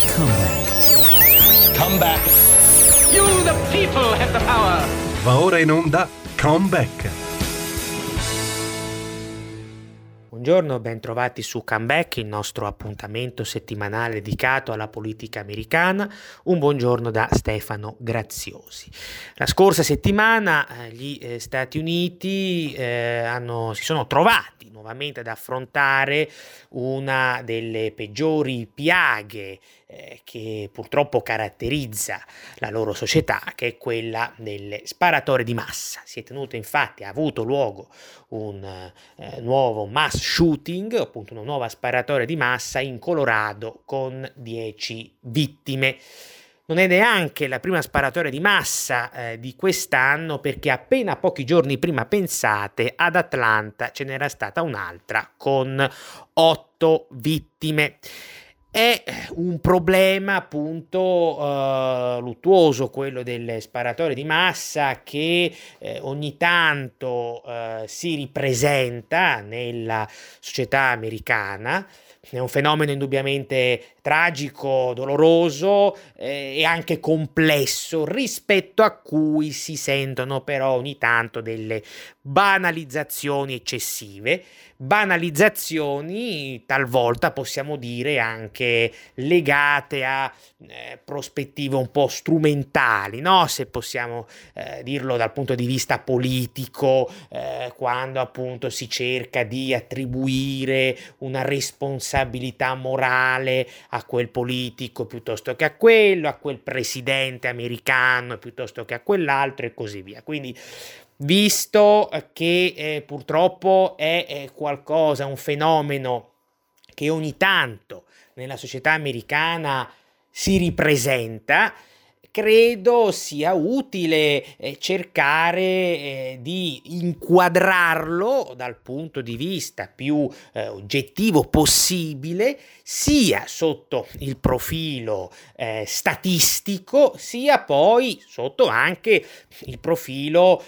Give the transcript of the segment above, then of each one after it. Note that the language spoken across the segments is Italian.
Come back. You, the people, have the power. Va ora in onda Comeback. Buongiorno, ben trovati su Comeback, il nostro appuntamento settimanale dedicato alla politica americana. Un buongiorno da Stefano Graziosi. La scorsa settimana gli Stati Uniti si sono trovati nuovamente ad affrontare una delle peggiori piaghe che purtroppo caratterizza la loro società, che è quella delle sparatorie di massa. Ha avuto luogo un nuovo mass shooting, appunto una nuova sparatoria di massa in Colorado con 10 vittime. Non è neanche la prima sparatoria di massa di quest'anno, perché appena pochi giorni prima, pensate, ad Atlanta ce n'era stata un'altra con 8 vittime. È un problema appunto luttuoso quello delle sparatorie di massa che ogni tanto si ripresenta nella società americana. È un fenomeno indubbiamente tragico, doloroso e anche complesso, rispetto a cui si sentono però ogni tanto delle banalizzazioni eccessive, banalizzazioni talvolta possiamo dire anche legate a prospettive un po' strumentali, no? Se possiamo dirlo dal punto di vista politico, quando appunto si cerca di attribuire una responsabilità morale a quel politico piuttosto che a quel presidente americano piuttosto che a quell'altro e così via. Quindi, visto che purtroppo è un fenomeno che ogni tanto nella società americana si ripresenta, credo sia utile cercare di inquadrarlo dal punto di vista più oggettivo possibile, sia sotto il profilo statistico, sia poi sotto anche il profilo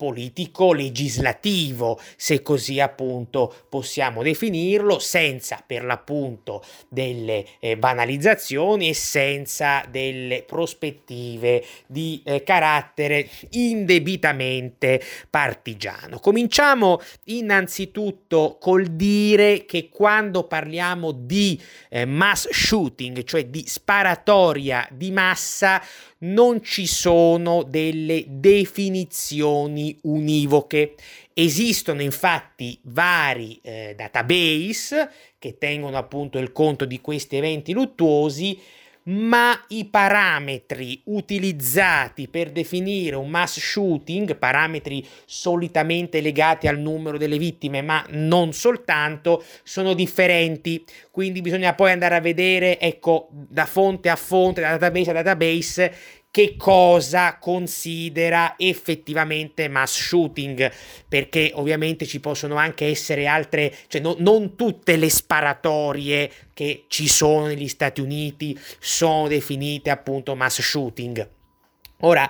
politico-legislativo, se così appunto possiamo definirlo, senza per l'appunto delle banalizzazioni e senza delle prospettive di carattere indebitamente partigiano. Cominciamo innanzitutto col dire che quando parliamo di mass shooting, cioè di sparatoria di massa, non ci sono delle definizioni univoche. Esistono infatti vari database che tengono appunto il conto di questi eventi luttuosi, ma i parametri utilizzati per definire un mass shooting, parametri solitamente legati al numero delle vittime, ma non soltanto, sono differenti. Quindi bisogna poi andare a vedere, da fonte a fonte, da database a database, che cosa considera effettivamente mass shooting, perché ovviamente ci possono anche essere altre, cioè non tutte le sparatorie che ci sono negli Stati Uniti sono definite appunto mass shooting. Ora,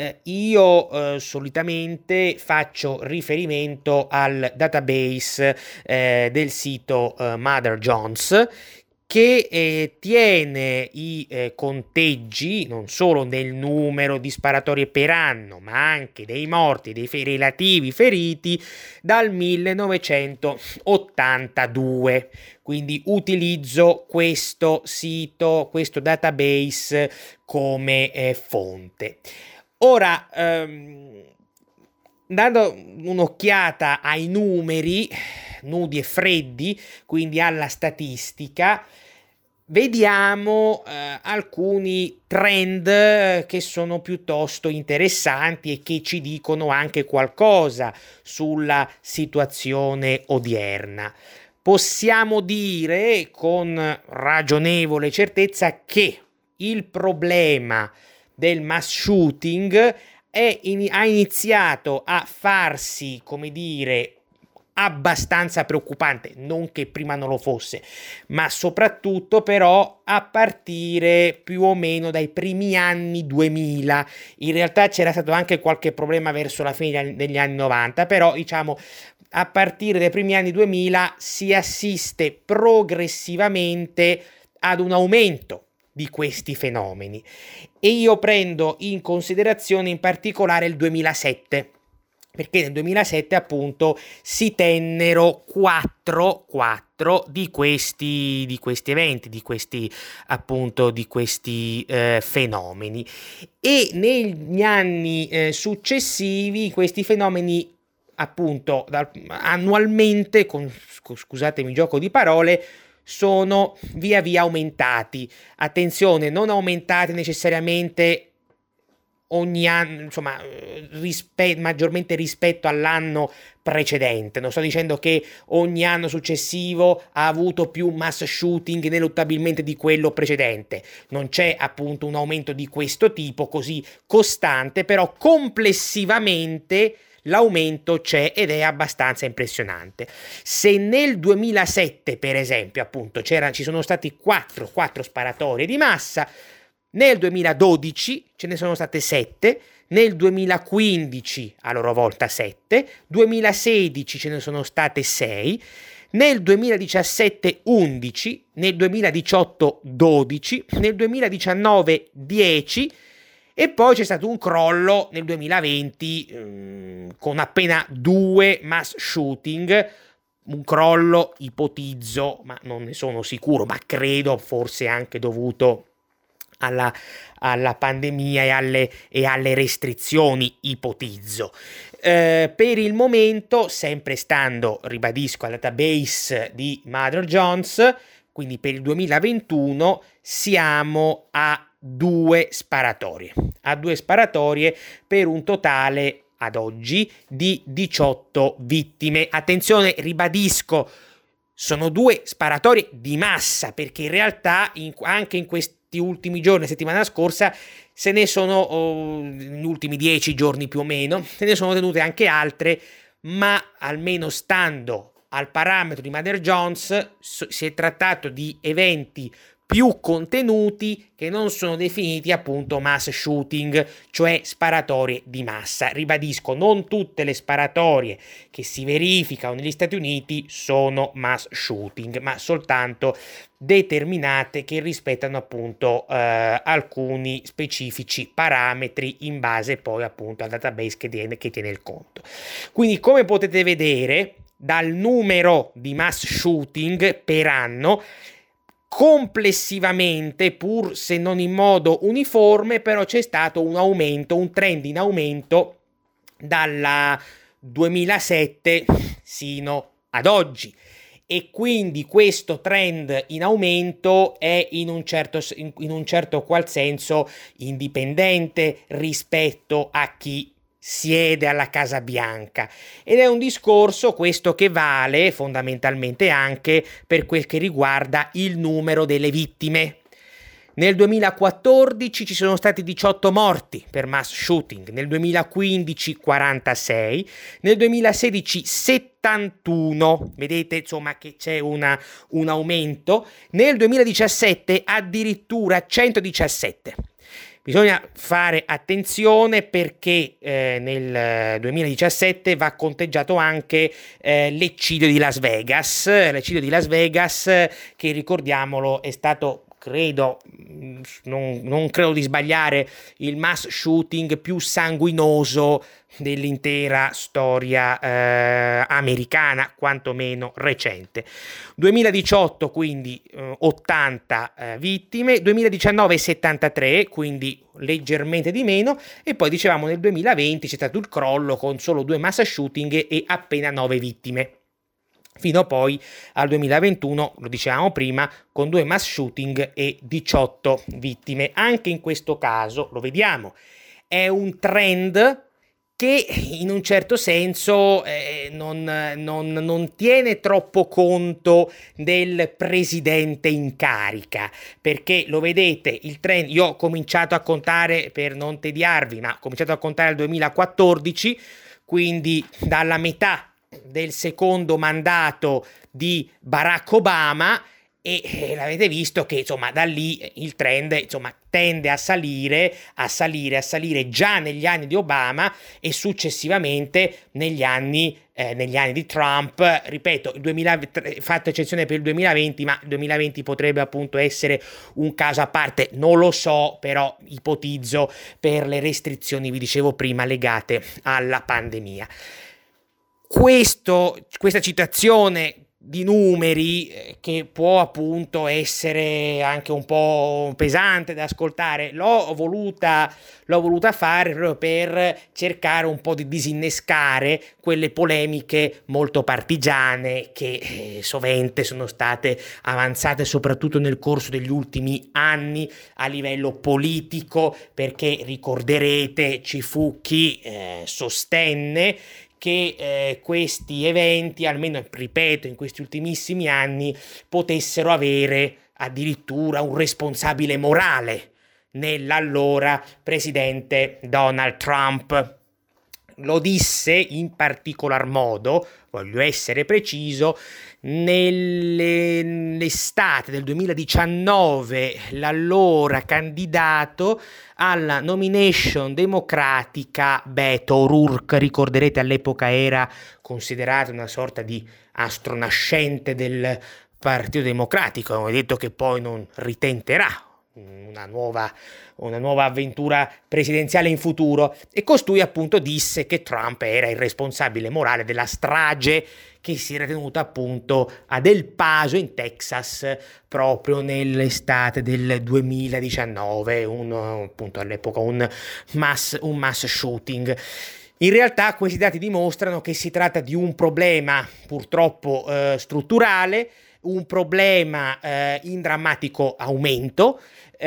io solitamente faccio riferimento al database del sito Mother Jones, che tiene i conteggi non solo del numero di sparatorie per anno, ma anche dei morti e dei relativi feriti dal 1982. Quindi utilizzo questo sito, questo database come fonte. Ora, dando un'occhiata ai numeri nudi e freddi, quindi alla statistica, vediamo alcuni trend che sono piuttosto interessanti e che ci dicono anche qualcosa sulla situazione odierna. Possiamo dire con ragionevole certezza che il problema del mass shooting ha iniziato a farsi, come dire, abbastanza preoccupante, non che prima non lo fosse, ma soprattutto però a partire più o meno dai primi anni 2000. In realtà c'era stato anche qualche problema verso la fine degli anni 90, però diciamo a partire dai primi anni 2000 si assiste progressivamente ad un aumento di questi fenomeni. E io prendo in considerazione in particolare il 2007, perché nel 2007 appunto si tennero quattro di questi eventi, di questi fenomeni, e negli anni successivi questi fenomeni appunto annualmente, scusatemi il gioco di parole, sono via via aumentati. Attenzione, non aumentati necessariamente ogni anno, insomma, maggiormente rispetto all'anno precedente. Non sto dicendo che ogni anno successivo ha avuto più mass shooting ineluttabilmente di quello precedente. Non c'è appunto un aumento di questo tipo così costante, però complessivamente l'aumento c'è ed è abbastanza impressionante. Se nel 2007, per esempio, appunto, ci sono stati quattro sparatorie di massa, nel 2012 ce ne sono state 7, nel 2015 a loro volta 7, 2016 ce ne sono state 6, nel 2017 11, nel 2018 12, nel 2019 10, e poi c'è stato un crollo nel 2020 con appena 2 mass shooting. Un crollo, ipotizzo, ma non ne sono sicuro, ma credo forse anche dovuto alla pandemia e alle restrizioni, ipotizzo. Per il momento, sempre stando, ribadisco, al database di Mother Jones, quindi per il 2021 siamo a 2 sparatorie per un totale ad oggi di 18 vittime. Attenzione, ribadisco, sono 2 sparatorie di massa, perché in realtà anche in questi ultimi giorni, settimana scorsa, se ne sono, negli ultimi 10 giorni più o meno, se ne sono tenute anche altre, ma almeno stando al parametro di Mother Jones si è trattato di eventi più contenuti che non sono definiti appunto mass shooting, cioè sparatorie di massa. Ribadisco, non tutte le sparatorie che si verificano negli Stati Uniti sono mass shooting, ma soltanto determinate che rispettano appunto alcuni specifici parametri in base poi appunto al database che tiene il conto. Quindi, come potete vedere dal numero di mass shooting per anno, complessivamente, pur se non in modo uniforme, però c'è stato un aumento, un trend in aumento dal 2007 sino ad oggi, e quindi questo trend in aumento è in un certo qual senso indipendente rispetto a chi siede alla Casa Bianca, ed è un discorso questo che vale fondamentalmente anche per quel che riguarda il numero delle vittime. Nel 2014 ci sono stati 18 morti per mass shooting, nel 2015 46, nel 2016 71, vedete insomma che c'è un aumento, nel 2017 addirittura 117. Bisogna fare attenzione perché nel 2017 va conteggiato anche l'eccidio di Las Vegas, che, ricordiamolo, è stato, credo, non credo di sbagliare, il mass shooting più sanguinoso dell'intera storia americana, quantomeno recente. 2018 quindi 80 vittime, 2019 73, quindi leggermente di meno, e poi dicevamo nel 2020 c'è stato il crollo con solo 2 mass shooting e appena 9 vittime, fino poi al 2021, lo dicevamo prima, con 2 mass shooting e 18 vittime. Anche in questo caso, lo vediamo, è un trend che in un certo senso non tiene troppo conto del presidente in carica, perché lo vedete, il trend, io ho cominciato a contare, per non tediarvi, ma ho cominciato a contare al 2014, quindi dalla metà del secondo mandato di Barack Obama, e l'avete visto che insomma da lì il trend insomma tende a salire già negli anni di Obama e successivamente negli anni di Trump. Ripeto, fatto eccezione per il 2020, ma il 2020 potrebbe appunto essere un caso a parte, non lo so, però ipotizzo per le restrizioni, vi dicevo prima, legate alla pandemia. Questa citazione di numeri, che può appunto essere anche un po' pesante da ascoltare, l'ho voluta fare proprio per cercare un po' di disinnescare quelle polemiche molto partigiane che sovente sono state avanzate soprattutto nel corso degli ultimi anni a livello politico, perché ricorderete ci fu chi sostenne che questi eventi, almeno ripeto in questi ultimissimi anni, potessero avere addirittura un responsabile morale nell'allora presidente Donald Trump. Lo disse in particolar modo, voglio essere preciso, nell'estate del 2019 l'allora candidato alla nomination democratica Beto O'Rourke, ricorderete all'epoca era considerato una sorta di astronascente del Partito Democratico, avevano detto che poi non ritenterà una nuova avventura presidenziale in futuro, e costui appunto disse che Trump era il responsabile morale della strage che si era tenuta appunto ad El Paso in Texas proprio nell'estate del 2019, appunto all'epoca un mass shooting. In realtà questi dati dimostrano che si tratta di un problema purtroppo strutturale, un problema in drammatico aumento,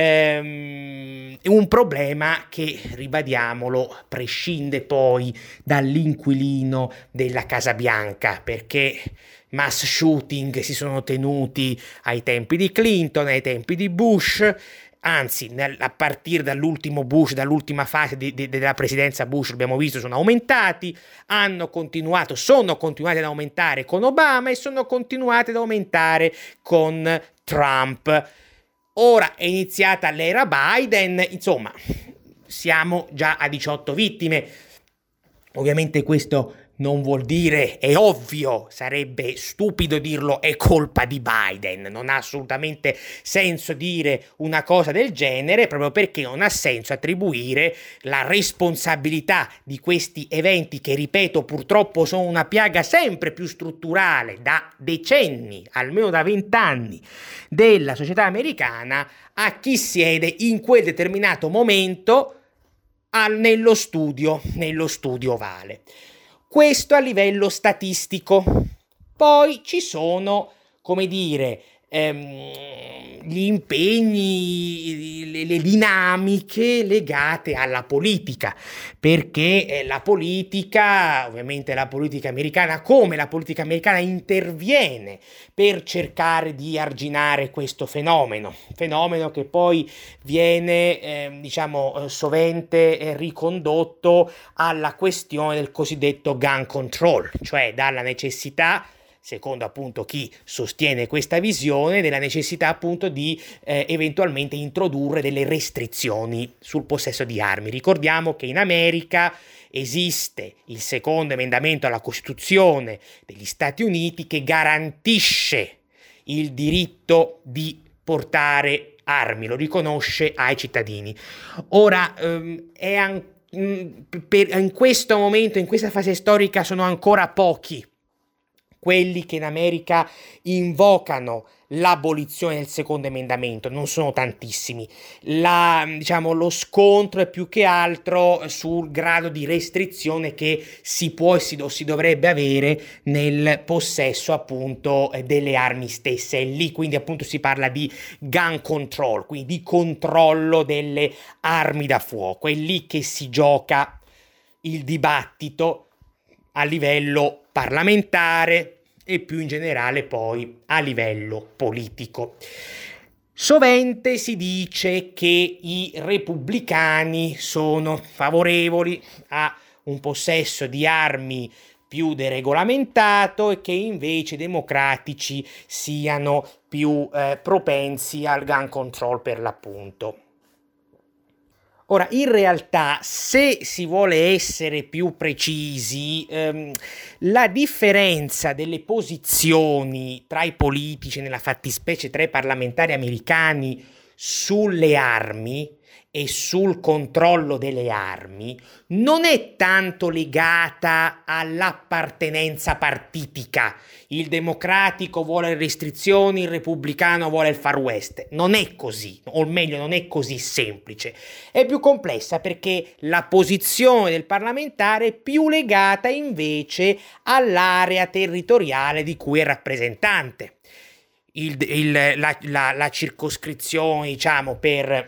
un problema che, ribadiamolo, prescinde poi dall'inquilino della Casa Bianca, perché mass shooting si sono tenuti ai tempi di Clinton, ai tempi di Bush, anzi a partire dall'ultimo Bush, dall'ultima fase della presidenza Bush, abbiamo visto, sono aumentati, sono continuati ad aumentare con Obama e sono continuati ad aumentare con Trump. Ora è iniziata l'era Biden, insomma siamo già a 18 vittime. Ovviamente questo non vuol dire, è ovvio, sarebbe stupido dirlo, è colpa di Biden. Non ha assolutamente senso dire una cosa del genere, proprio perché non ha senso attribuire la responsabilità di questi eventi, che ripeto purtroppo sono una piaga sempre più strutturale da decenni, almeno da 20 anni, della società americana, a chi siede in quel determinato momento nello studio ovale. Questo a livello statistico. Poi ci sono, come dire, gli impegni, le dinamiche legate alla politica, perché la politica, ovviamente la politica americana, come la politica americana interviene per cercare di arginare questo fenomeno che poi viene sovente ricondotto alla questione del cosiddetto gun control, cioè dalla necessità, secondo appunto chi sostiene questa visione, della necessità appunto di eventualmente introdurre delle restrizioni sul possesso di armi. Ricordiamo che in America esiste il secondo emendamento alla Costituzione degli Stati Uniti che garantisce il diritto di portare armi, lo riconosce ai cittadini. Ora in questo momento, in questa fase storica, sono ancora pochi quelli che in America invocano l'abolizione del secondo emendamento, non sono tantissimi. Lo scontro è più che altro sul grado di restrizione che si può e si dovrebbe avere nel possesso appunto delle armi stesse. E lì quindi appunto si parla di gun control, quindi di controllo delle armi da fuoco. È lì che si gioca il dibattito a livello parlamentare e più in generale poi a livello politico. Sovente si dice che i repubblicani sono favorevoli a un possesso di armi più deregolamentato e che invece i democratici siano più propensi al gun control per l'appunto. Ora, in realtà, se si vuole essere più precisi, la differenza delle posizioni tra i politici, nella fattispecie tra i parlamentari americani, sulle armi e sul controllo delle armi non è tanto legata all'appartenenza partitica. Il democratico vuole restrizioni, il repubblicano vuole il Far West. Non è così, o meglio non è così semplice. È più complessa perché la posizione del parlamentare è più legata invece all'area territoriale di cui è rappresentante. La circoscrizione, diciamo, per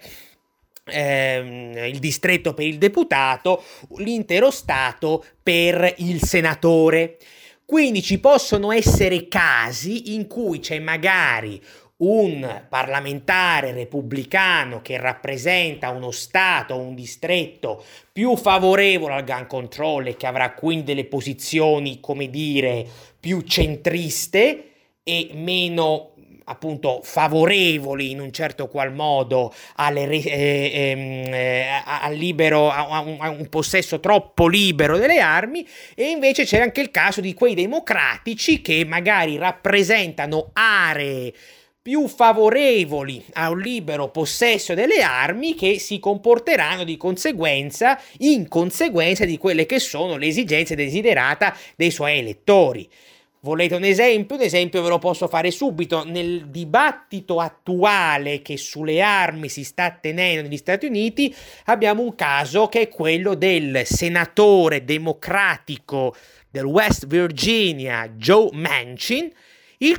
il distretto per il deputato, l'intero stato per il senatore. Quindi ci possono essere casi in cui c'è magari un parlamentare repubblicano che rappresenta uno stato o un distretto più favorevole al gun control e che avrà quindi delle posizioni, come dire, più centriste e meno appunto favorevoli in un certo qual modo al libero, a un possesso troppo libero delle armi, e invece c'è anche il caso di quei democratici che magari rappresentano aree più favorevoli a un libero possesso delle armi, che si comporteranno di conseguenza in conseguenza di quelle che sono le esigenze desiderate dei suoi elettori. Volete un esempio? Un esempio ve lo posso fare subito. Nel dibattito attuale che sulle armi si sta tenendo negli Stati Uniti abbiamo un caso che è quello del senatore democratico del West Virginia, Joe Manchin, il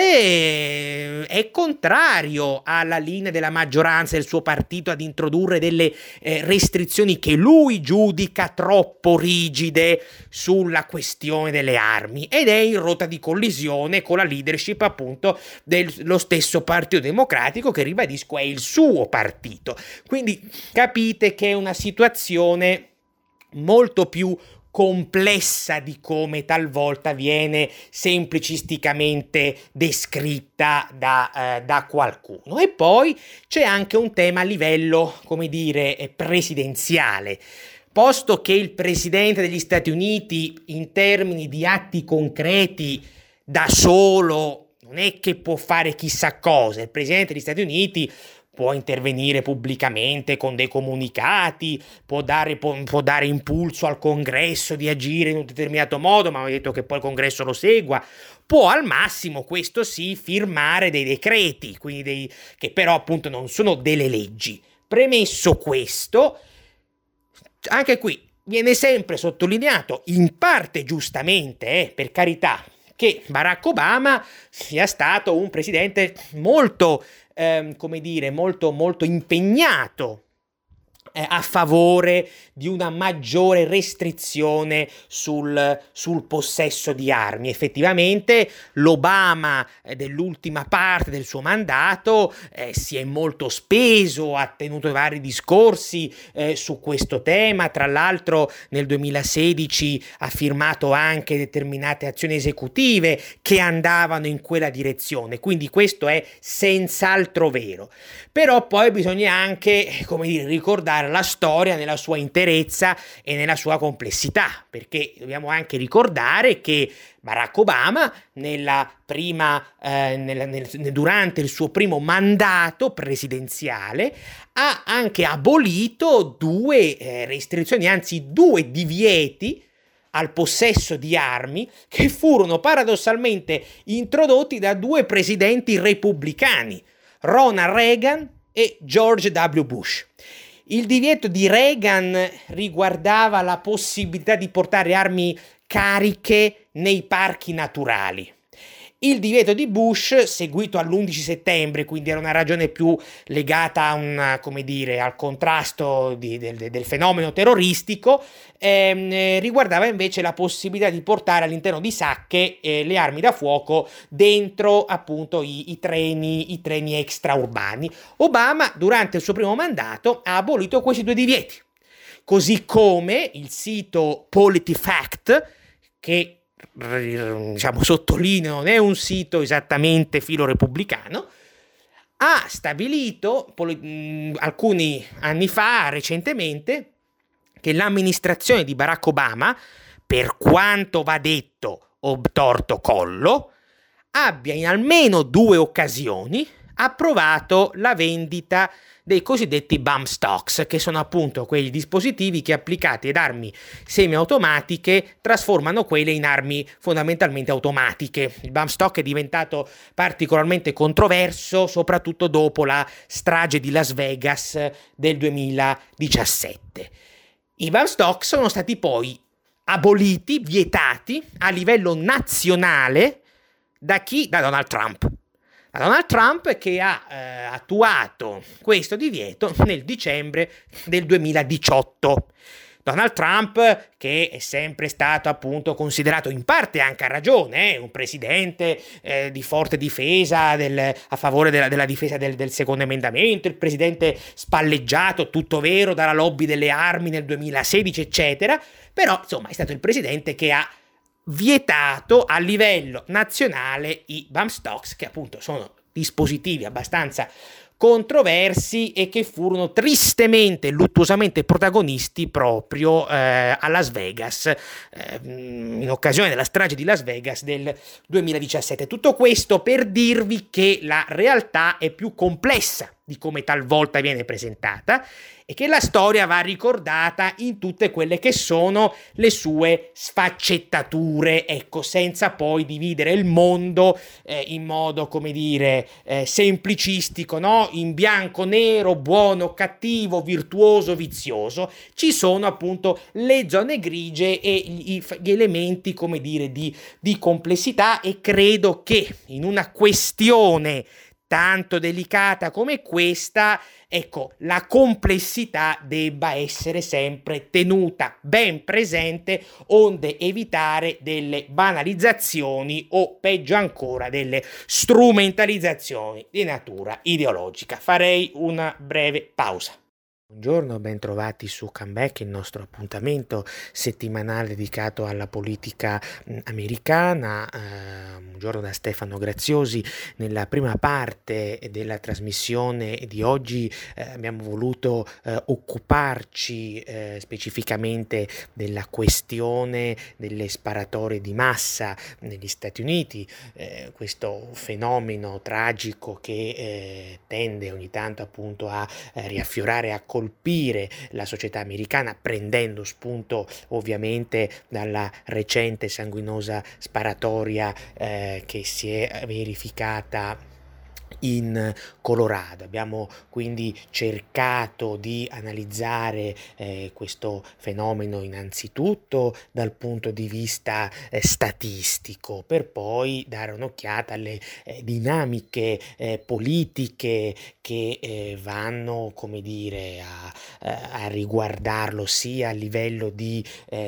quale è contrario alla linea della maggioranza del suo partito ad introdurre delle restrizioni che lui giudica troppo rigide sulla questione delle armi, ed è in rotta di collisione con la leadership appunto dello stesso Partito Democratico, che ribadisco è il suo partito. Quindi capite che è una situazione molto più complessa di come talvolta viene semplicisticamente descritta da qualcuno. E poi c'è anche un tema a livello, come dire, presidenziale. Posto che il presidente degli Stati Uniti, in termini di atti concreti, da solo non è che può fare chissà cosa. Il presidente degli Stati Uniti può intervenire pubblicamente con dei comunicati, può dare impulso al Congresso di agire in un determinato modo, ma ho detto che poi il Congresso lo segua. Può al massimo, questo sì, firmare dei decreti, quindi che però appunto non sono delle leggi. Premesso questo, anche qui viene sempre sottolineato, in parte giustamente, per carità, che Barack Obama sia stato un presidente molto molto impegnato a favore di una maggiore restrizione sul possesso di armi. Effettivamente l'Obama dell'ultima parte del suo mandato si è molto speso, ha tenuto vari discorsi su questo tema. Tra l'altro nel 2016 ha firmato anche determinate azioni esecutive che andavano in quella direzione, quindi questo è senz'altro vero. Però poi bisogna anche, come dire, ricordare la storia nella sua interezza e nella sua complessità, perché dobbiamo anche ricordare che Barack Obama durante il suo primo mandato presidenziale ha anche abolito due restrizioni, anzi due divieti al possesso di armi che furono paradossalmente introdotti da due presidenti repubblicani, Ronald Reagan e George W. Bush. Il divieto di Reagan riguardava la possibilità di portare armi cariche nei parchi naturali. Il divieto di Bush, seguito all'11 settembre, quindi era una ragione più legata a al contrasto del fenomeno terroristico, riguardava invece la possibilità di portare all'interno di sacche le armi da fuoco dentro appunto i treni extraurbani. Obama, durante il suo primo mandato, ha abolito questi due divieti, così come il sito PolitiFact, che diciamo, sottolineo, non è un sito esattamente filorepubblicano, ha stabilito alcuni anni fa, recentemente, che l'amministrazione di Barack Obama, per quanto va detto obtorto collo, abbia in almeno 2 occasioni approvato la vendita dei cosiddetti bump stocks, che sono appunto quei dispositivi che, applicati ad armi semiautomatiche, trasformano quelle in armi fondamentalmente automatiche. Il bump stock è diventato particolarmente controverso soprattutto dopo la strage di Las Vegas del 2017. I bump stock sono stati poi aboliti, vietati a livello nazionale da chi? Da Donald Trump. Donald Trump, che ha attuato questo divieto nel dicembre del 2018. Donald Trump, che è sempre stato appunto considerato, in parte anche a ragione, un presidente di forte difesa a favore della difesa del secondo emendamento, il presidente spalleggiato, tutto vero, dalla lobby delle armi nel 2016, eccetera, però insomma è stato il presidente che ha vietato a livello nazionale i bump stocks, che appunto sono dispositivi abbastanza controversi e che furono tristemente e luttuosamente protagonisti proprio a Las Vegas, in occasione della strage di Las Vegas del 2017. Tutto questo per dirvi che la realtà è più complessa di come talvolta viene presentata e che la storia va ricordata in tutte quelle che sono le sue sfaccettature, ecco, senza poi dividere il mondo in modo, come dire, semplicistico, no? In bianco, nero, buono, cattivo, virtuoso, vizioso. Ci sono appunto le zone grigie e gli elementi, come dire, di complessità, e credo che in una questione tanto delicata come questa, ecco, la complessità debba essere sempre tenuta ben presente, onde evitare delle banalizzazioni o, peggio ancora, delle strumentalizzazioni di natura ideologica. Farei una breve pausa. Buongiorno, ben trovati su Comeback, il nostro appuntamento settimanale dedicato alla politica americana. Buongiorno da Stefano Graziosi. Nella prima parte della trasmissione di oggi abbiamo voluto occuparci specificamente della questione delle sparatorie di massa negli Stati Uniti, questo fenomeno tragico che tende ogni tanto appunto a riaffiorare, a colpire la società americana, prendendo spunto ovviamente dalla recente sanguinosa sparatoria che si è verificata in Colorado. Abbiamo quindi cercato di analizzare questo fenomeno innanzitutto dal punto di vista statistico, per poi dare un'occhiata alle dinamiche politiche che vanno, come dire, a riguardarlo sia a livello di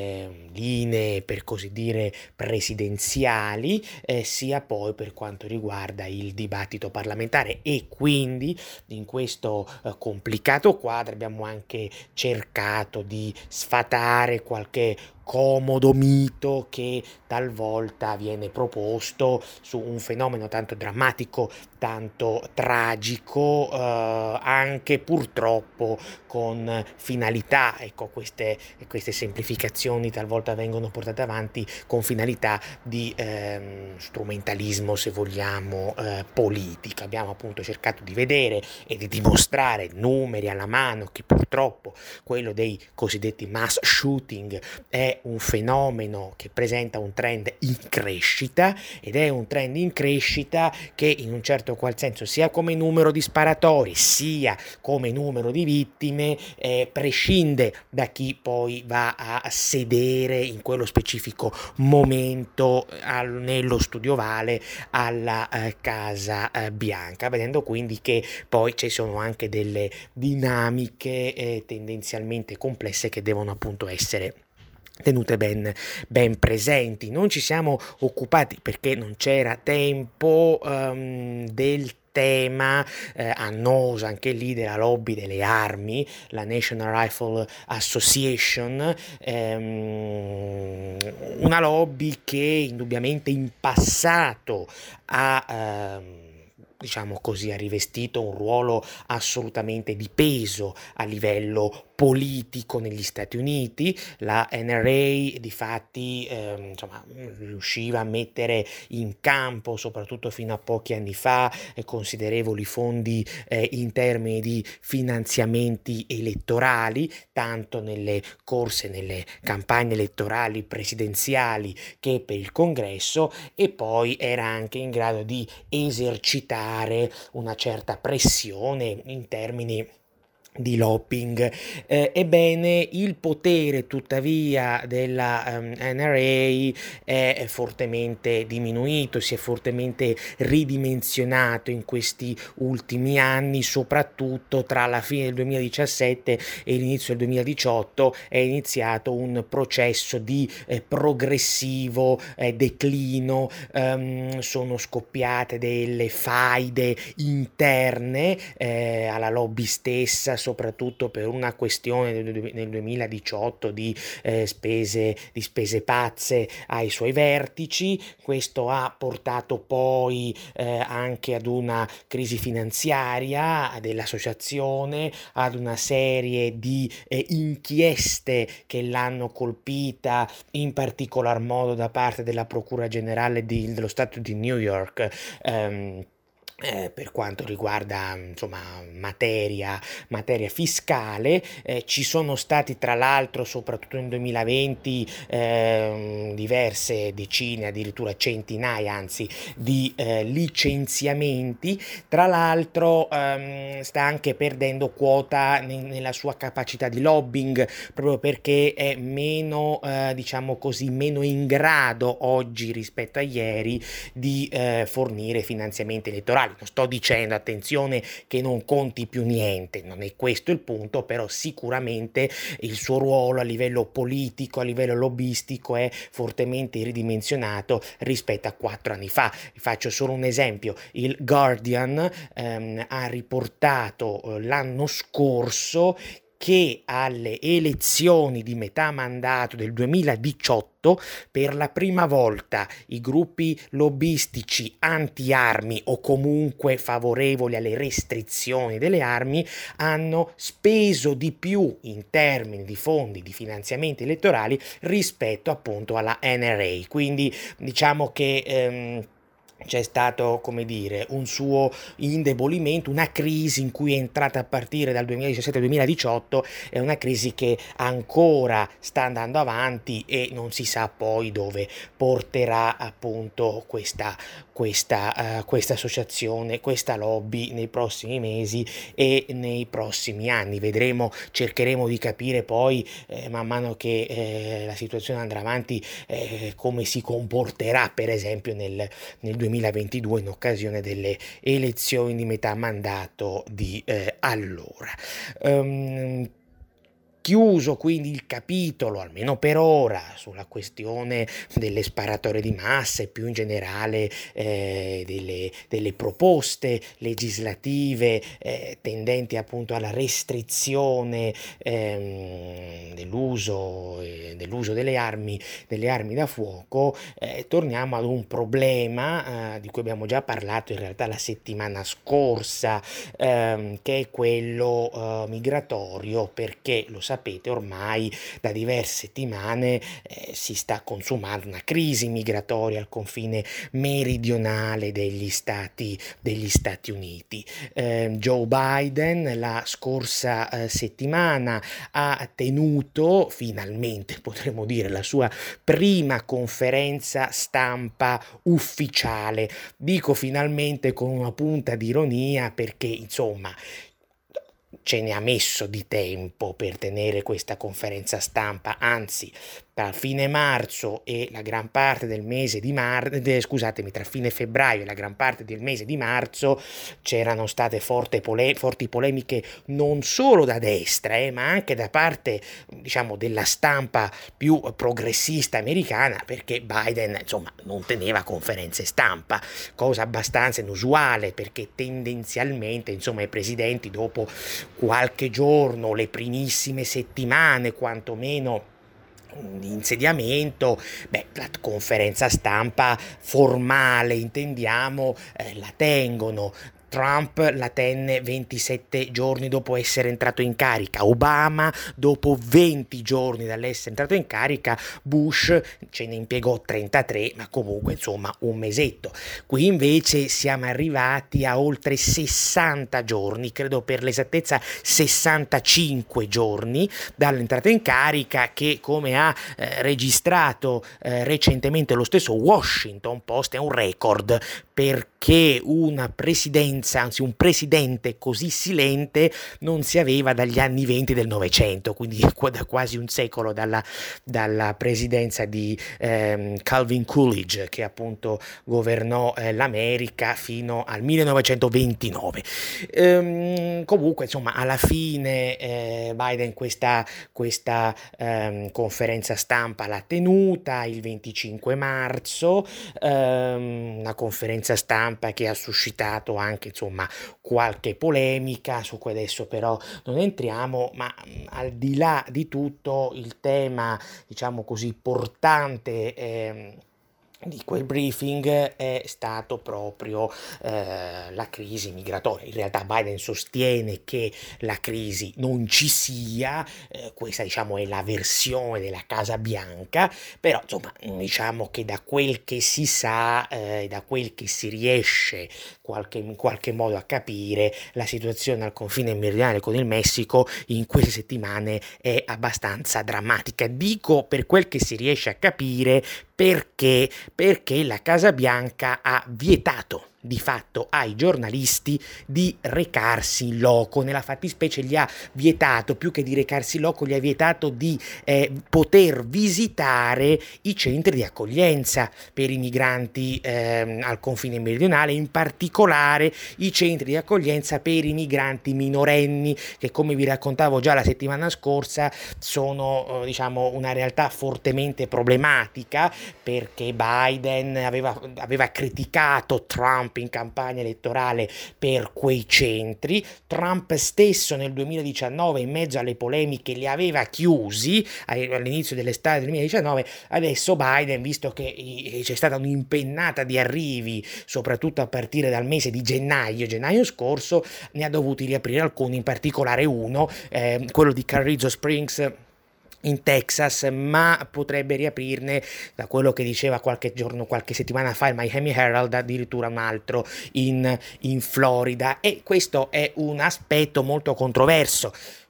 linee, per così dire, presidenziali, sia poi per quanto riguarda il dibattito parlamentare. E quindi in questo complicato quadro abbiamo anche cercato di sfatare qualche comodo mito che talvolta viene proposto su un fenomeno tanto drammatico, tanto tragico, anche purtroppo con finalità, ecco, queste semplificazioni talvolta vengono portate avanti con finalità di strumentalismo, se vogliamo, politica. Abbiamo appunto cercato di vedere e di dimostrare, numeri alla mano, che purtroppo quello dei cosiddetti mass shooting è un fenomeno che presenta un trend in crescita, ed è un trend in crescita che in un certo qual senso, sia come numero di sparatori sia come numero di vittime, prescinde da chi poi va a sedere in quello specifico momento nello studio ovale alla Casa Bianca, vedendo quindi che poi ci sono anche delle dinamiche tendenzialmente complesse che devono appunto essere tenute ben presenti. Non ci siamo occupati, perché non c'era tempo, del tema annoso anche lì della lobby delle armi, la National Rifle Association, una lobby che indubbiamente in passato ha diciamo così, ha rivestito un ruolo assolutamente di peso a livello politico negli Stati Uniti. La NRA difatti insomma, riusciva a mettere in campo, soprattutto fino a pochi anni fa, considerevoli fondi in termini di finanziamenti elettorali, tanto nelle corse, nelle campagne elettorali presidenziali che per il Congresso, e poi era anche in grado di esercitare una certa pressione in termini di lobbying. Ebbene, il potere tuttavia della NRA è fortemente diminuito, si è fortemente ridimensionato in questi ultimi anni, soprattutto tra la fine del 2017 e l'inizio del 2018 è iniziato un processo di progressivo declino, sono scoppiate delle faide interne alla lobby stessa, soprattutto per una questione nel 2018 di spese pazze ai suoi vertici. Questo ha portato poi anche ad una crisi finanziaria dell'associazione, ad una serie di inchieste che l'hanno colpita, in particolar modo da parte della Procura Generale dello Stato di New York, per quanto riguarda insomma materia fiscale. Ci sono stati tra l'altro, soprattutto nel 2020, diverse decine, addirittura centinaia anzi di licenziamenti. Tra l'altro sta anche perdendo quota nella sua capacità di lobbying, proprio perché è meno diciamo così, meno in grado oggi rispetto a ieri di fornire finanziamenti elettorali. Non sto dicendo, attenzione, che non conti più niente, non è questo il punto, però sicuramente il suo ruolo a livello politico, a livello lobbistico è fortemente ridimensionato rispetto a 4 anni fa. Vi faccio solo un esempio: il Guardian ha riportato l'anno scorso che alle elezioni di metà mandato del 2018 per la prima volta i gruppi lobbistici anti-armi o comunque favorevoli alle restrizioni delle armi hanno speso di più in termini di fondi di finanziamenti elettorali rispetto appunto alla NRA. Quindi diciamo che c'è stato, come dire, un suo indebolimento, una crisi in cui è entrata a partire dal 2017-2018, è una crisi che ancora sta andando avanti e non si sa poi dove porterà appunto questa associazione, questa lobby nei prossimi mesi e nei prossimi anni. Vedremo, cercheremo di capire poi man mano che la situazione andrà avanti come si comporterà per esempio nel 2022 in occasione delle elezioni di metà mandato di allora. Chiuso quindi il capitolo, almeno per ora, sulla questione delle sparatorie di massa e più in generale delle proposte legislative tendenti appunto alla restrizione dell'uso delle armi da fuoco, torniamo ad un problema di cui abbiamo già parlato in realtà la settimana scorsa, che è quello migratorio, perché lo sapete ormai da diverse settimane si sta consumando una crisi migratoria al confine meridionale degli Stati Uniti. Joe Biden la scorsa settimana ha tenuto finalmente, potremmo dire, la sua prima conferenza stampa ufficiale. Dico finalmente con una punta di ironia perché insomma ce ne ha messo di tempo per tenere questa conferenza stampa, anzi tra fine marzo e la gran parte del mese di tra fine febbraio e la gran parte del mese di marzo c'erano state forti polemiche non solo da destra, ma anche da parte, diciamo, della stampa più progressista americana, perché Biden, insomma, non teneva conferenze stampa, cosa abbastanza inusuale, perché tendenzialmente, insomma, i presidenti dopo qualche giorno, le primissime settimane, quantomeno di insediamento, la conferenza stampa formale, intendiamo, la tengono. Trump la tenne 27 giorni dopo essere entrato in carica, Obama dopo 20 giorni dall'essere entrato in carica, Bush ce ne impiegò 33, ma comunque insomma un mesetto. Qui invece siamo arrivati a oltre 60 giorni, credo per l'esattezza 65 giorni dall'entrata in carica, che, come ha registrato recentemente lo stesso Washington Post, è un record, perché una presidenza, anzi un presidente così silente non si aveva dagli anni 20 del Novecento, quindi da quasi un secolo dalla presidenza di Calvin Coolidge, che appunto governò l'America fino al 1929. Comunque, insomma, alla fine Biden questa conferenza stampa l'ha tenuta il 25 marzo, una conferenza stampa che ha suscitato anche, insomma, qualche polemica, su cui adesso però non entriamo, ma al di là di tutto il tema, diciamo così, portante di quel briefing è stato proprio la crisi migratoria. In realtà Biden sostiene che la crisi non ci sia, questa, diciamo, è la versione della Casa Bianca, però insomma diciamo che da quel che si sa, da quel che si riesce in qualche modo a capire, la situazione al confine meridionale con il Messico in queste settimane è abbastanza drammatica. Dico per quel che si riesce a capire perché la Casa Bianca ha vietato di fatto ai giornalisti di recarsi in loco. Nella fattispecie gli ha vietato, più che di recarsi in loco, gli ha vietato di poter visitare i centri di accoglienza per i migranti al confine meridionale, in particolare i centri di accoglienza per i migranti minorenni, che, come vi raccontavo già la settimana scorsa, sono diciamo una realtà fortemente problematica, perché Biden aveva criticato Trump in campagna elettorale per quei centri. Trump stesso nel 2019, in mezzo alle polemiche, li aveva chiusi all'inizio dell'estate del 2019. Adesso Biden, visto che c'è stata un'impennata di arrivi soprattutto a partire dal mese di gennaio scorso, ne ha dovuti riaprire alcuni, in particolare uno, quello di Carrizo Springs in Texas, ma potrebbe riaprirne, da quello che diceva qualche settimana fa il Miami Herald, addirittura un altro in Florida. E questo è un aspetto molto controverso,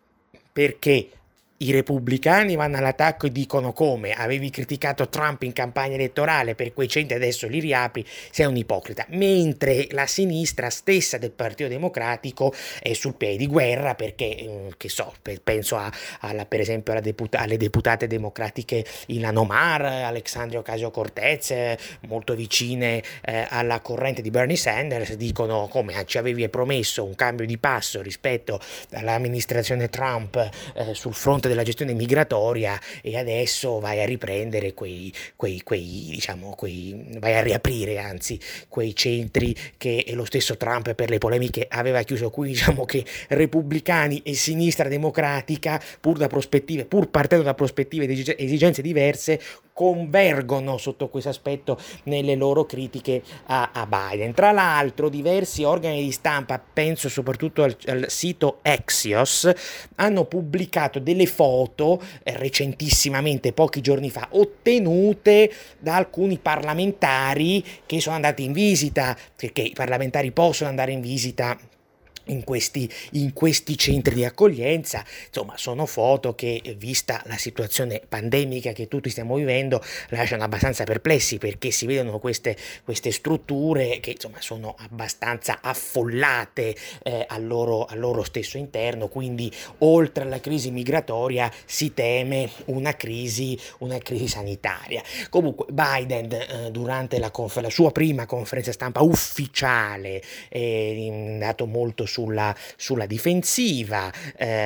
perché i repubblicani vanno all'attacco e dicono: come, avevi criticato Trump in campagna elettorale per quei centri, adesso li riapri, sei un ipocrita. Mentre la sinistra stessa del Partito Democratico è sul piede di guerra, perché penso per esempio alle deputate democratiche Ilhan Omar, Alexandria Ocasio-Cortez, molto vicine alla corrente di Bernie Sanders, dicono: come, ci avevi promesso un cambio di passo rispetto all'amministrazione Trump sul fronte della gestione migratoria, e adesso vai a riprendere vai a riaprire anzi quei centri che lo stesso Trump per le polemiche aveva chiuso. Qui diciamo che repubblicani e sinistra democratica, pur partendo da prospettive ed esigenze diverse, convergono sotto questo aspetto nelle loro critiche a Biden. Tra l'altro diversi organi di stampa, penso soprattutto al sito Axios, hanno pubblicato delle foto recentissimamente, pochi giorni fa, ottenute da alcuni parlamentari che sono andati in visita, perché i parlamentari possono andare in visita in questi centri di accoglienza. Insomma, sono foto che, vista la situazione pandemica che tutti stiamo vivendo, lasciano abbastanza perplessi, perché si vedono queste strutture che insomma sono abbastanza affollate al loro stesso interno. Quindi oltre alla crisi migratoria si teme una crisi sanitaria. Comunque Biden, durante la sua prima conferenza stampa ufficiale, è andato molto sulla difensiva.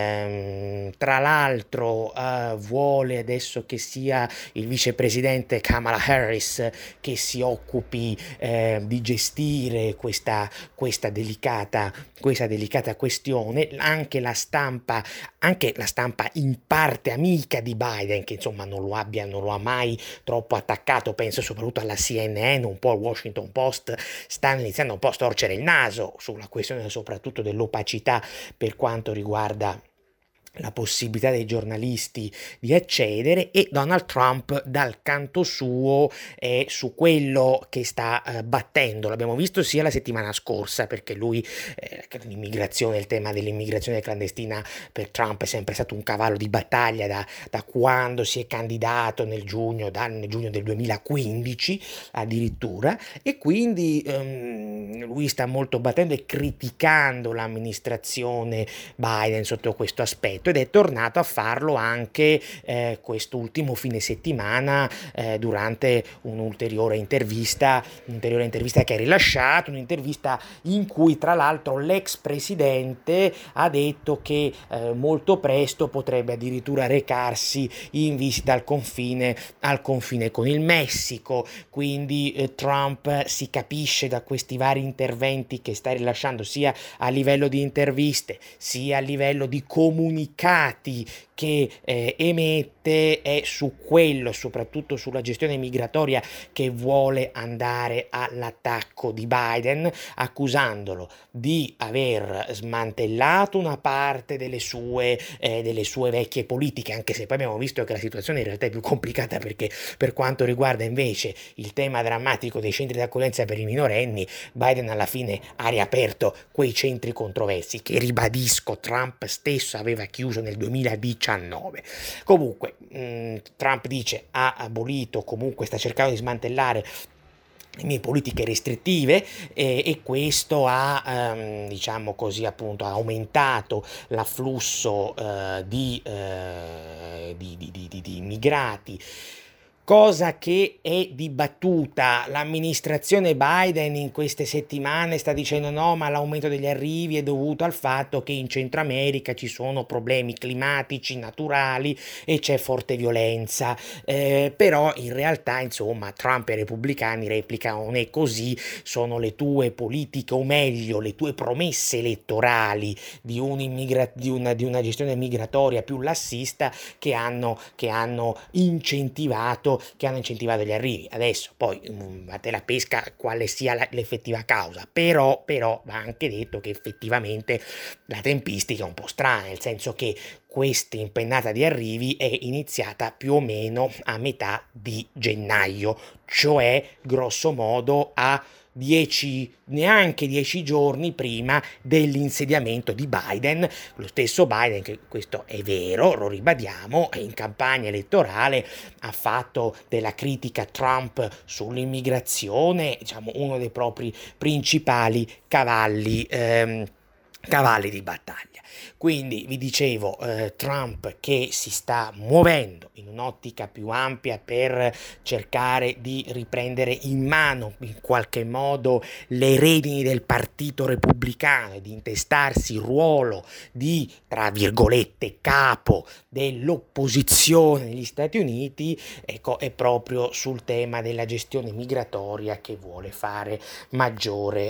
Tra l'altro vuole adesso che sia il vicepresidente Kamala Harris che si occupi di gestire questa delicata questione. Anche la stampa in parte amica di Biden, che insomma non lo ha mai troppo attaccato, penso soprattutto alla CNN, un po' al Washington Post, stanno iniziando un po' a storcere il naso sulla questione soprattutto dell'opacità per quanto riguarda la possibilità dei giornalisti di accedere, e Donald Trump dal canto suo è su quello che sta battendo. L'abbiamo visto sia la settimana scorsa, perché lui il tema dell'immigrazione clandestina per Trump è sempre stato un cavallo di battaglia da quando si è candidato nel giugno del 2015 addirittura, e quindi lui sta molto battendo e criticando l'amministrazione Biden sotto questo aspetto, ed è tornato a farlo anche quest'ultimo fine settimana durante un'ulteriore intervista che ha rilasciato, un'intervista in cui tra l'altro l'ex presidente ha detto che molto presto potrebbe addirittura recarsi in visita al confine con il Messico. Quindi Trump, si capisce da questi vari interventi che sta rilasciando, sia a livello di interviste sia a livello di comunicati che emette, è su quello, soprattutto sulla gestione migratoria, che vuole andare all'attacco di Biden, accusandolo di aver smantellato una parte delle sue vecchie politiche, anche se poi abbiamo visto che la situazione in realtà è più complicata, perché per quanto riguarda invece il tema drammatico dei centri di accoglienza per i minorenni, Biden alla fine ha riaperto quei centri controversi che, ribadisco, Trump stesso aveva chiuso nel 2019. Comunque Trump dice ha abolito, comunque sta cercando di smantellare le mie politiche restrittive, e questo ha diciamo così appunto ha aumentato l'afflusso di immigrati, cosa che è dibattuta. L'amministrazione Biden in queste settimane sta dicendo no, ma l'aumento degli arrivi è dovuto al fatto che in Centro America ci sono problemi climatici, naturali, e c'è forte violenza, però in realtà insomma Trump e i repubblicani replicano: non è così, sono le tue politiche, o meglio le tue promesse elettorali di una gestione migratoria più lassista che hanno incentivato gli arrivi. Adesso poi a te la pesca quale sia l'effettiva causa, però va anche detto che effettivamente la tempistica è un po' strana, nel senso che questa impennata di arrivi è iniziata più o meno a metà di gennaio, cioè grosso modo neanche 10 giorni prima dell'insediamento di Biden. Lo stesso Biden, che questo è vero, lo ribadiamo, in campagna elettorale ha fatto della critica a Trump sull'immigrazione, diciamo, uno dei propri principali cavalli di battaglia. Quindi vi dicevo, Trump che si sta muovendo in un'ottica più ampia per cercare di riprendere in mano in qualche modo le redini del partito repubblicano e di intestarsi il ruolo di, tra virgolette, capo dell'opposizione negli Stati Uniti. Ecco, è proprio sul tema della gestione migratoria che vuole fare maggiore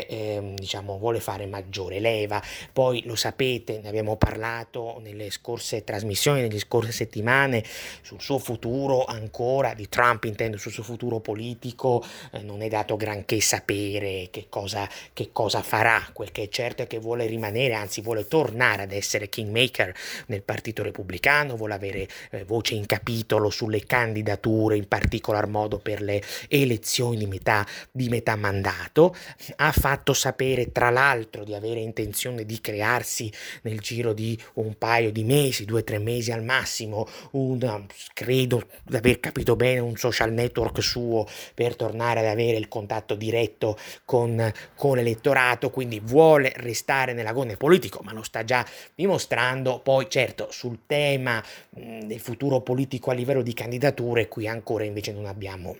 leva. Poi lo sapete, ne abbiamo parlato nelle scorse trasmissioni, nelle scorse settimane, sul suo futuro ancora, di Trump intendo, sul suo futuro politico, non è dato granché sapere che cosa farà. Quel che è certo è che vuole rimanere, anzi vuole tornare ad essere kingmaker nel partito repubblicano, vuole avere voce in capitolo sulle candidature, in particolar modo per le elezioni di metà mandato. Ha fatto sapere tra l'altro di avere intenzione di crearsi nel giro di un paio di mesi, 2 o 3 mesi al massimo, credo di aver capito bene, un social network suo per tornare ad avere il contatto diretto con l'elettorato, quindi vuole restare nell'agone politico, ma lo sta già dimostrando. Poi certo sul tema del futuro politico a livello di candidature qui ancora invece non abbiamo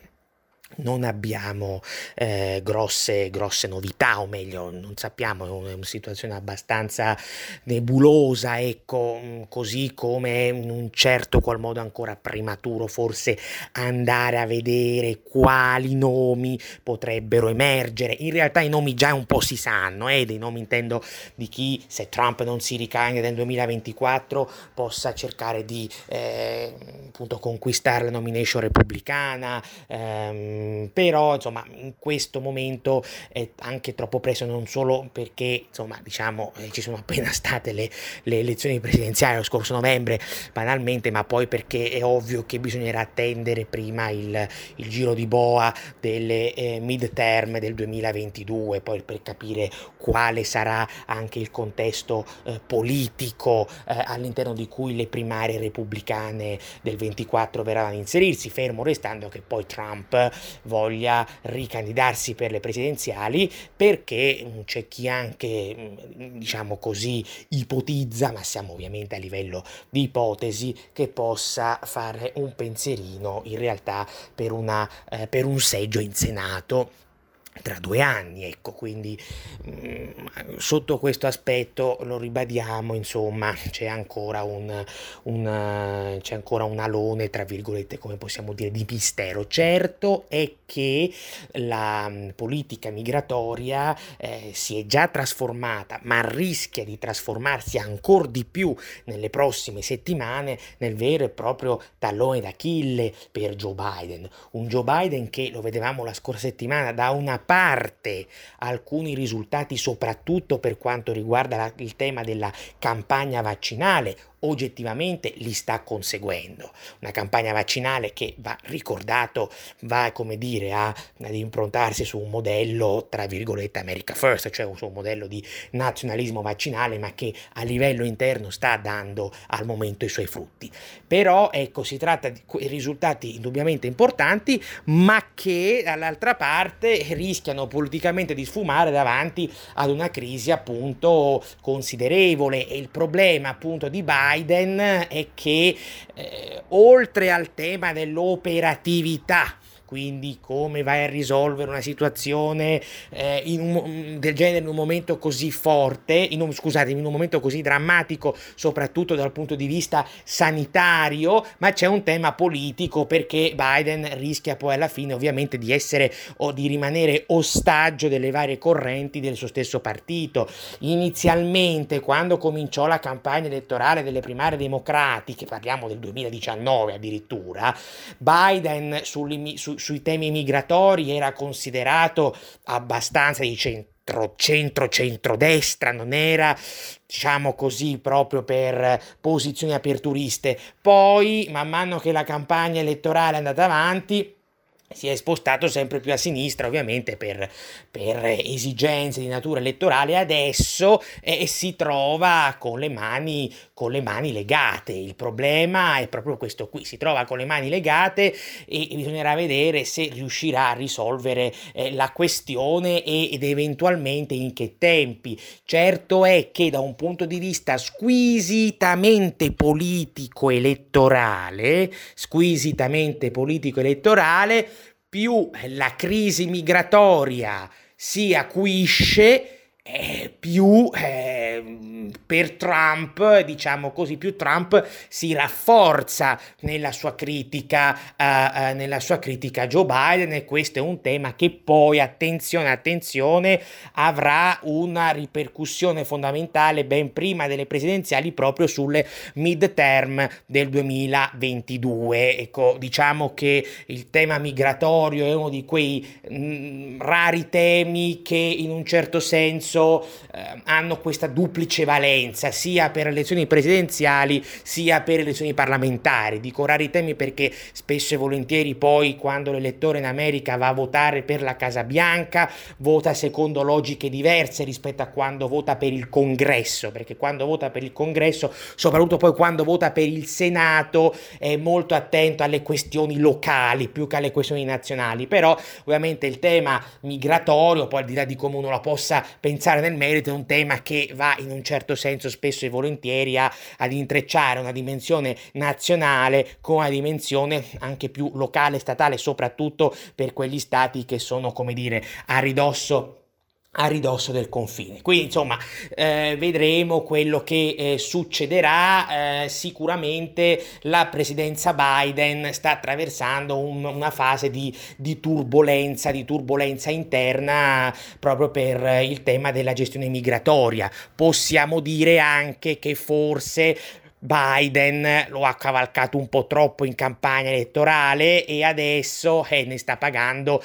grosse novità, o meglio non sappiamo, è una situazione abbastanza nebulosa, ecco, così come in un certo qual modo ancora prematuro forse andare a vedere quali nomi potrebbero emergere. In realtà i nomi già un po' si sanno, dei nomi intendo di chi, se Trump non si ricandida nel 2024, possa cercare di appunto conquistare la nomination repubblicana, però insomma in questo momento è anche troppo presto, non solo perché insomma diciamo ci sono appena state le elezioni presidenziali lo scorso novembre banalmente, ma poi perché è ovvio che bisognerà attendere prima il giro di boa delle midterm del 2022, poi per capire quale sarà anche il contesto politico all'interno di cui le primarie repubblicane del 24 verranno ad inserirsi, fermo restando che poi Trump voglia ricandidarsi per le presidenziali, perché c'è chi anche diciamo così ipotizza, ma siamo ovviamente a livello di ipotesi, che possa fare un pensierino in realtà per un seggio in Senato tra 2 anni, ecco. Quindi sotto questo aspetto lo ribadiamo, insomma c'è ancora un alone tra virgolette, come possiamo dire, di mistero. Certo è che la politica migratoria si è già trasformata, ma rischia di trasformarsi ancora di più nelle prossime settimane nel vero e proprio tallone d'Achille per Joe Biden, un Joe Biden che, lo vedevamo la scorsa settimana, da una parte alcuni risultati soprattutto per quanto riguarda il tema della campagna vaccinale, oggettivamente li sta conseguendo. Una campagna vaccinale che va ricordato, va come dire ad improntarsi su un modello tra virgolette America First, cioè su un modello di nazionalismo vaccinale, ma che a livello interno sta dando al momento i suoi frutti. Però ecco, si tratta di risultati indubbiamente importanti, ma che dall'altra parte rischiano politicamente di sfumare davanti ad una crisi appunto considerevole. E il problema appunto di Biden è che oltre al tema dell'operatività, quindi come vai a risolvere una situazione del genere in un momento così forte, in un momento così drammatico, soprattutto dal punto di vista sanitario, ma c'è un tema politico, perché Biden rischia poi alla fine ovviamente di essere o di rimanere ostaggio delle varie correnti del suo stesso partito. Inizialmente, quando cominciò la campagna elettorale delle primarie democratiche, parliamo del 2019 addirittura, Biden sui temi migratori era considerato abbastanza di centrodestra, non era, diciamo così, proprio per posizioni aperturiste. Poi, man mano che la campagna elettorale è andata avanti, si è spostato sempre più a sinistra, ovviamente per esigenze di natura elettorale. Adesso si trova con le mani legate. Il problema è proprio questo qui: si trova con le mani legate e bisognerà vedere se riuscirà a risolvere la questione ed eventualmente in che tempi. Certo è che da un punto di vista squisitamente politico-elettorale, più la crisi migratoria si acuisce, più per Trump, diciamo così, più Trump si rafforza nella sua critica a Joe Biden, e questo è un tema che poi, attenzione, avrà una ripercussione fondamentale ben prima delle presidenziali, proprio sulle midterm del 2022. Ecco, diciamo che il tema migratorio è uno di quei rari temi che in un certo senso spesso hanno questa duplice valenza, sia per le elezioni presidenziali sia per le elezioni parlamentari. Dico rari temi perché spesso e volentieri poi quando l'elettore in America va a votare per la Casa Bianca vota secondo logiche diverse rispetto a quando vota per il Congresso, perché quando vota per il Congresso, soprattutto poi quando vota per il Senato, è molto attento alle questioni locali più che alle questioni nazionali. Però ovviamente il tema migratorio, poi al di là di come uno la possa pensare nel merito, è un tema che va in un certo senso spesso e volentieri ad intrecciare una dimensione nazionale con una dimensione anche più locale, statale, soprattutto per quegli stati che sono, come dire, a ridosso del confine. Quindi insomma vedremo quello che succederà. Sicuramente la presidenza Biden sta attraversando una fase di turbolenza interna proprio per il tema della gestione migratoria. Possiamo dire anche che forse Biden lo ha cavalcato un po' troppo in campagna elettorale e adesso ne sta pagando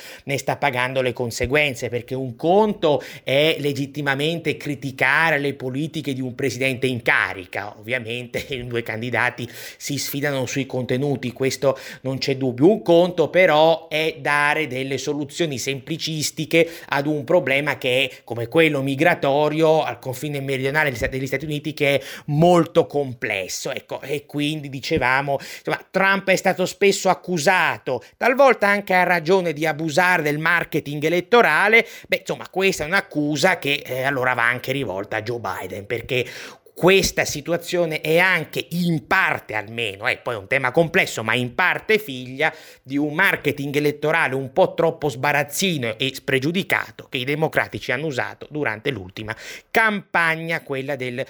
le conseguenze, perché un conto è legittimamente criticare le politiche di un presidente in carica. Ovviamente i due candidati si sfidano sui contenuti, questo non c'è dubbio. Un conto però è dare delle soluzioni semplicistiche ad un problema che è come quello migratorio al confine meridionale degli Stati Uniti, che è molto complesso. Ecco, e quindi dicevamo, insomma, Trump è stato spesso accusato, talvolta anche a ragione, di abusare del marketing elettorale. Insomma, questa è un'accusa che allora va anche rivolta a Joe Biden, perché questa situazione è anche in parte, almeno, poi è un tema complesso, ma in parte figlia di un marketing elettorale un po' troppo sbarazzino e spregiudicato che i democratici hanno usato durante l'ultima campagna, quella del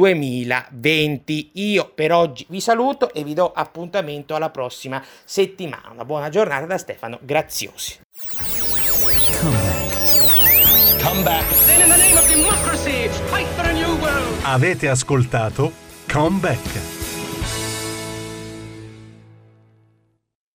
2020. Io per oggi vi saluto e vi do appuntamento alla prossima settimana. Una buona giornata da Stefano Graziosi. Come back. Then in the name of democracy, fight for a new world. Avete ascoltato Come Back.